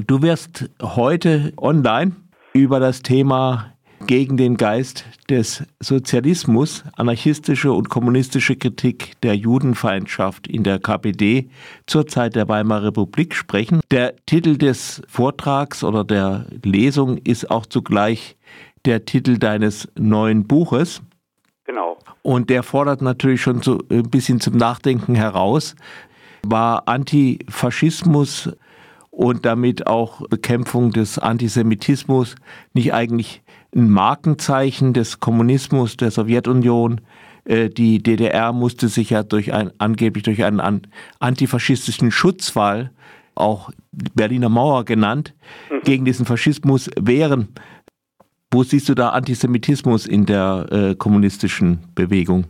Du wirst heute online über das Thema gegen den Geist des Sozialismus, anarchistische und kommunistische Kritik der Judenfeindschaft in der KPD zur Zeit der Weimarer Republik sprechen. Der Titel des Vortrags oder der Lesung ist auch zugleich der Titel deines neuen Buches. Genau. Und der fordert natürlich schon so ein bisschen zum Nachdenken heraus. War Antifaschismus und damit auch Bekämpfung des Antisemitismus nicht eigentlich ein Markenzeichen des Kommunismus, der Sowjetunion? Die DDR musste sich ja angeblich durch einen antifaschistischen Schutzwall, auch Berliner Mauer genannt, gegen diesen Faschismus wehren. Wo siehst du da Antisemitismus in der kommunistischen Bewegung?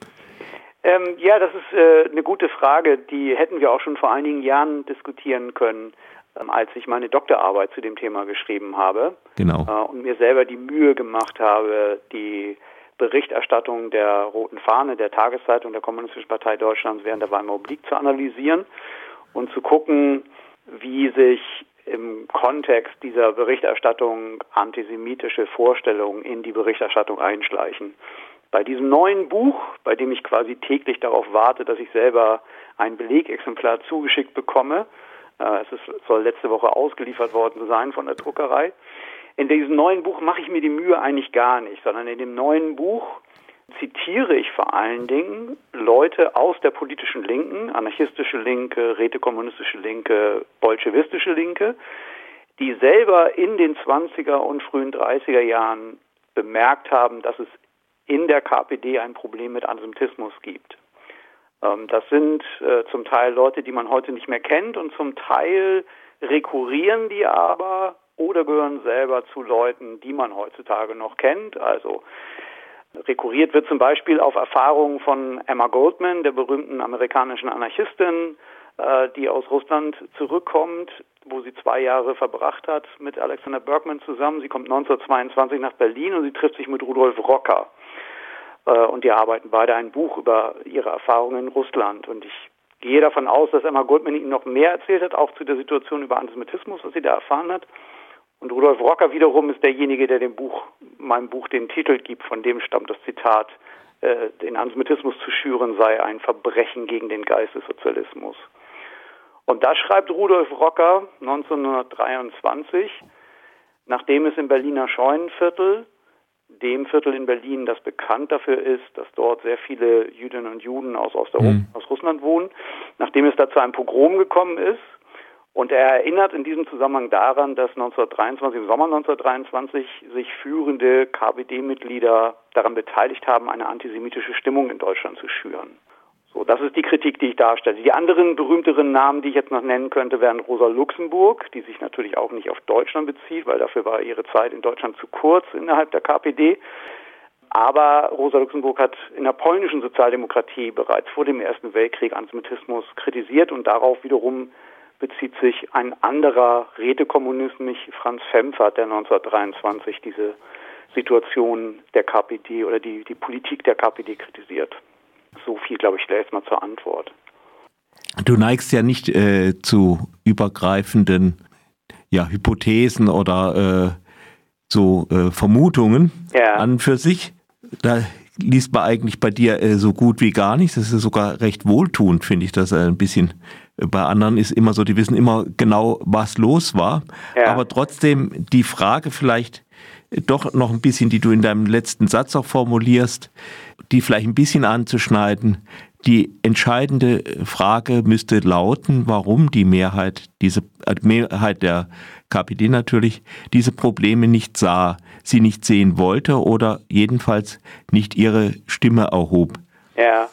Ja, das ist eine gute Frage. Die hätten wir auch schon vor einigen Jahren diskutieren können, als ich meine Doktorarbeit zu dem Thema geschrieben habe. Genau. Und mir selber die Mühe gemacht habe, die Berichterstattung der Roten Fahne, der Tageszeitung der Kommunistischen Partei Deutschlands während der Weimarer Republik zu analysieren und zu gucken, wie sich im Kontext dieser Berichterstattung antisemitische Vorstellungen in die Berichterstattung einschleichen. Bei diesem neuen Buch, bei dem ich quasi täglich darauf warte, dass ich selber ein Belegexemplar zugeschickt bekomme, soll letzte Woche ausgeliefert worden sein von der Druckerei. In diesem neuen Buch mache ich mir die Mühe eigentlich gar nicht, sondern in dem neuen Buch zitiere ich vor allen Dingen Leute aus der politischen Linken, anarchistische Linke, rätekommunistische Linke, bolschewistische Linke, die selber in den 20er und frühen 30er Jahren bemerkt haben, dass es in der KPD ein Problem mit Antisemitismus gibt. Das sind zum Teil Leute, die man heute nicht mehr kennt, und zum Teil rekurrieren die aber oder gehören selber zu Leuten, die man heutzutage noch kennt. Also rekurriert wird zum Beispiel auf Erfahrungen von Emma Goldman, der berühmten amerikanischen Anarchistin, die aus Russland zurückkommt, wo sie 2 Jahre verbracht hat mit Alexander Berkman zusammen. Sie kommt 1922 nach Berlin und sie trifft sich mit Rudolf Rocker. Und die arbeiten beide ein Buch über ihre Erfahrungen in Russland. Und ich gehe davon aus, dass Emma Goldman ihnen noch mehr erzählt hat, auch zu der Situation über Antisemitismus, was sie da erfahren hat. Und Rudolf Rocker wiederum ist derjenige, der meinem Buch den Titel gibt, von dem stammt das Zitat, den Antisemitismus zu schüren sei ein Verbrechen gegen den Geist des Sozialismus. Und da schreibt Rudolf Rocker 1923, nachdem es im Berliner Scheunenviertel, dem Viertel in Berlin, das bekannt dafür ist, dass dort sehr viele Jüdinnen und Juden aus Russland wohnen, nachdem es da zu einem Pogrom gekommen ist. Und er erinnert in diesem Zusammenhang daran, dass im Sommer 1923, sich führende KPD-Mitglieder daran beteiligt haben, eine antisemitische Stimmung in Deutschland zu schüren. So, das ist die Kritik, die ich darstelle. Die anderen berühmteren Namen, die ich jetzt noch nennen könnte, wären Rosa Luxemburg, die sich natürlich auch nicht auf Deutschland bezieht, weil dafür war ihre Zeit in Deutschland zu kurz innerhalb der KPD. Aber Rosa Luxemburg hat in der polnischen Sozialdemokratie bereits vor dem Ersten Weltkrieg Antisemitismus kritisiert, und darauf wiederum bezieht sich ein anderer Rätekommunist, nämlich Franz Pfemfert, der 1923 diese Situation der KPD oder die Politik der KPD kritisiert. So viel, glaube ich, jetzt mal zur Antwort. Du neigst ja nicht zu übergreifenden Hypothesen oder Vermutungen an und für sich. Da liest man eigentlich bei dir so gut wie gar nichts. Das ist sogar recht wohltuend, finde ich das ein bisschen. Bei anderen ist immer so, die wissen immer genau, was los war. Ja. Aber trotzdem die Frage vielleicht doch noch ein bisschen, die du in deinem letzten Satz auch formulierst, die vielleicht ein bisschen anzuschneiden. Die entscheidende Frage müsste lauten, warum die Mehrheit der KPD natürlich, diese Probleme nicht sah, sie nicht sehen wollte oder jedenfalls nicht ihre Stimme erhob. Ja.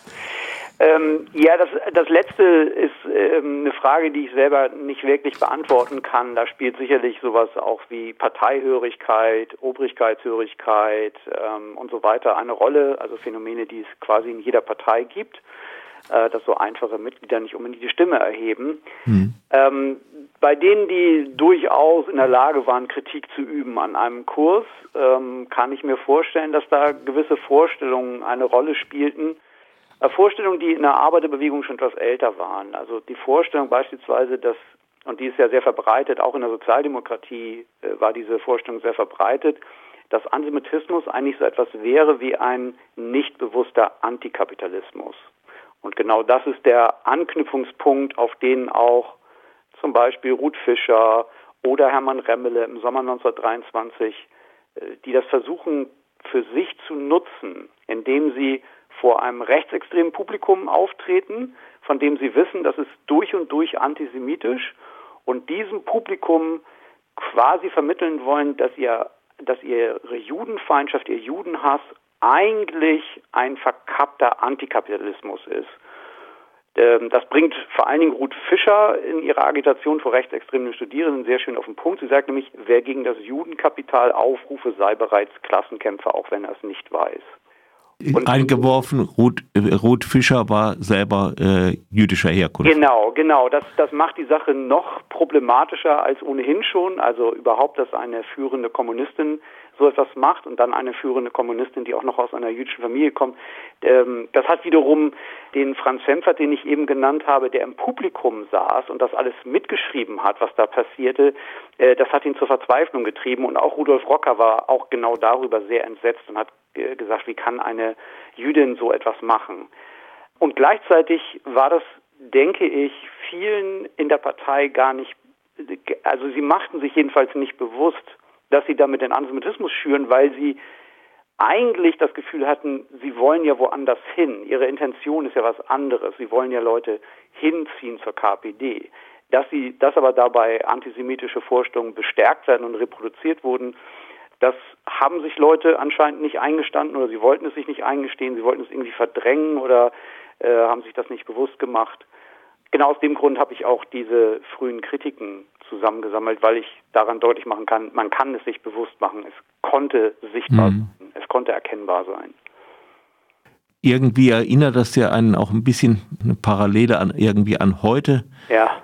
Das Letzte ist eine Frage, die ich selber nicht wirklich beantworten kann. Da spielt sicherlich sowas auch wie Parteihörigkeit, Obrigkeitshörigkeit und so weiter eine Rolle, also Phänomene, die es quasi in jeder Partei gibt, dass so einfache Mitglieder nicht unbedingt die Stimme erheben. Bei denen, die durchaus in der Lage waren, Kritik zu üben an einem Kurs, kann ich mir vorstellen, dass da gewisse Vorstellungen eine Rolle spielten, Vorstellungen, die in der Arbeiterbewegung schon etwas älter waren. Also die Vorstellung beispielsweise, dass und die ist ja sehr verbreitet, auch in der Sozialdemokratie war diese Vorstellung sehr verbreitet, dass Antisemitismus eigentlich so etwas wäre wie ein nicht bewusster Antikapitalismus. Und genau das ist der Anknüpfungspunkt, auf den auch zum Beispiel Ruth Fischer oder Hermann Remmele im Sommer 1923, die das versuchen für sich zu nutzen, indem sie vor einem rechtsextremen Publikum auftreten, von dem sie wissen, das ist durch und durch antisemitisch, und diesem Publikum quasi vermitteln wollen, dass ihre Judenfeindschaft, ihr Judenhass eigentlich ein verkappter Antikapitalismus ist. Das bringt vor allen Dingen Ruth Fischer in ihrer Agitation vor rechtsextremen Studierenden sehr schön auf den Punkt. Sie sagt nämlich, wer gegen das Judenkapital aufrufe, sei bereits Klassenkämpfer, auch wenn er es nicht weiß. Und eingeworfen, Ruth Fischer war selber jüdischer Herkunft. Genau. Das macht die Sache noch problematischer als ohnehin schon. Also überhaupt, dass eine führende Kommunistin so etwas macht und dann eine führende Kommunistin, die auch noch aus einer jüdischen Familie kommt. Das hat wiederum den Franz Fempfert, den ich eben genannt habe, der im Publikum saß und das alles mitgeschrieben hat, was da passierte, das hat ihn zur Verzweiflung getrieben. Und auch Rudolf Rocker war auch genau darüber sehr entsetzt und hat gesagt, wie kann eine Jüdin so etwas machen? Und gleichzeitig war das, denke ich, vielen in der Partei gar nicht, also sie machten sich jedenfalls nicht bewusst, dass sie damit den Antisemitismus schüren, weil sie eigentlich das Gefühl hatten, sie wollen ja woanders hin. Ihre Intention ist ja was anderes. Sie wollen ja Leute hinziehen zur KPD. Dass aber dabei antisemitische Vorstellungen bestärkt werden und reproduziert wurden, das haben sich Leute anscheinend nicht eingestanden oder sie wollten es sich nicht eingestehen, sie wollten es irgendwie verdrängen oder haben sich das nicht bewusst gemacht. Genau aus dem Grund habe ich auch diese frühen Kritiken zusammengesammelt, weil ich daran deutlich machen kann, man kann es sich bewusst machen. Es konnte sichtbar sein, es konnte erkennbar sein. Irgendwie erinnert das ja einen auch ein bisschen eine Parallele an heute. Ja.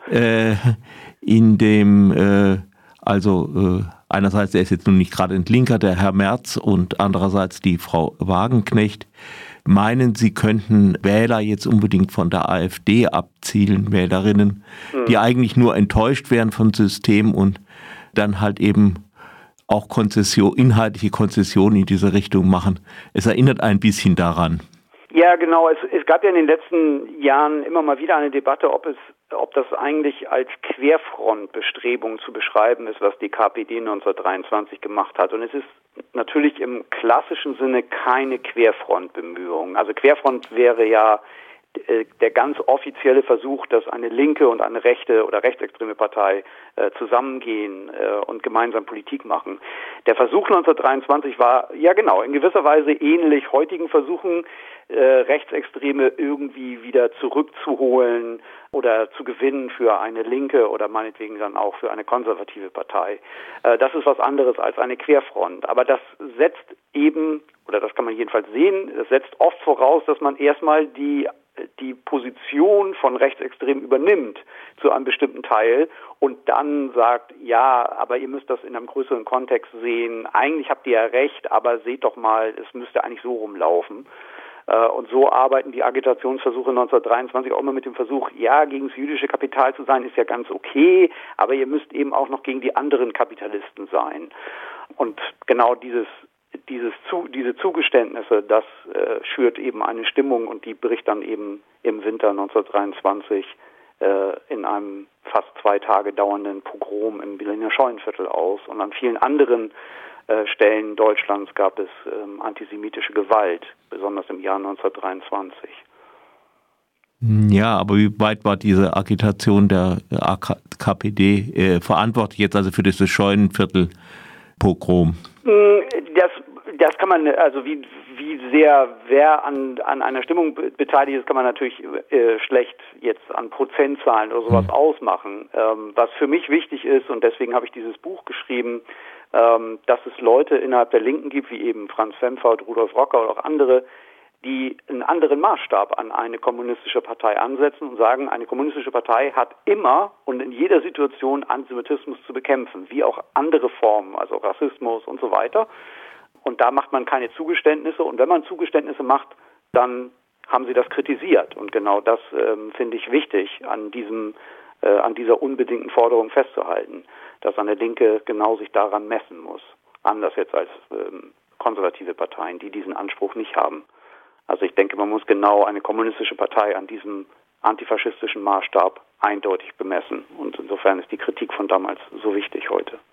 In dem einerseits, er ist jetzt nun nicht gerade ein Linker, der Herr Merz, und andererseits die Frau Wagenknecht, meinen, sie könnten Wähler jetzt unbedingt von der AfD abzielen, Wählerinnen, die eigentlich nur enttäuscht wären vom System und dann halt eben auch inhaltliche Konzessionen in diese Richtung machen. Es erinnert ein bisschen daran. Ja, genau. Es gab ja in den letzten Jahren immer mal wieder eine Debatte, ob das eigentlich als Querfrontbestrebung zu beschreiben ist, was die KPD 1923 gemacht hat. Und es ist natürlich im klassischen Sinne keine Querfrontbemühung. Also Querfront wäre ja der ganz offizielle Versuch, dass eine linke und eine rechte oder rechtsextreme Partei zusammengehen und gemeinsam Politik machen. Der Versuch 1923 war, ja genau, in gewisser Weise ähnlich heutigen Versuchen, Rechtsextreme irgendwie wieder zurückzuholen oder zu gewinnen für eine linke oder meinetwegen dann auch für eine konservative Partei. Das ist was anderes als eine Querfront. Aber das setzt eben, oder das kann man jedenfalls sehen, das setzt oft voraus, dass man erstmal die Position von Rechtsextremen übernimmt zu einem bestimmten Teil und dann sagt, ja, aber ihr müsst das in einem größeren Kontext sehen. Eigentlich habt ihr ja recht, aber seht doch mal, es müsste eigentlich so rumlaufen. Und so arbeiten die Agitationsversuche 1923 auch immer mit dem Versuch, ja, gegen das jüdische Kapital zu sein, ist ja ganz okay, aber ihr müsst eben auch noch gegen die anderen Kapitalisten sein. Und genau diese Zugeständnisse, das schürt eben eine Stimmung und die bricht dann eben im Winter 1923 in einem fast 2 Tage dauernden Pogrom im Berliner Scheunenviertel aus. Und an vielen anderen Stellen Deutschlands gab es antisemitische Gewalt, besonders im Jahr 1923. Ja, aber wie weit war diese Agitation der KPD verantwortlich jetzt also für dieses Scheunenviertel-Pogrom? Das kann man, also wie sehr wer an einer Stimmung beteiligt ist, kann man natürlich schlecht jetzt an Prozentzahlen oder sowas ausmachen. Was für mich wichtig ist, und deswegen habe ich dieses Buch geschrieben, dass es Leute innerhalb der Linken gibt, wie eben Franz Fempfert, Rudolf Rocker oder auch andere, die einen anderen Maßstab an eine kommunistische Partei ansetzen und sagen, eine kommunistische Partei hat immer und in jeder Situation Antisemitismus zu bekämpfen, wie auch andere Formen, also Rassismus und so weiter. Und da macht man keine Zugeständnisse. Und wenn man Zugeständnisse macht, dann haben sie das kritisiert. Und genau das finde ich wichtig an diesem an dieser unbedingten Forderung festzuhalten, dass eine Linke genau sich daran messen muss. Anders jetzt als konservative Parteien, die diesen Anspruch nicht haben. Also ich denke, man muss genau eine kommunistische Partei an diesem antifaschistischen Maßstab eindeutig bemessen. Und insofern ist die Kritik von damals so wichtig heute.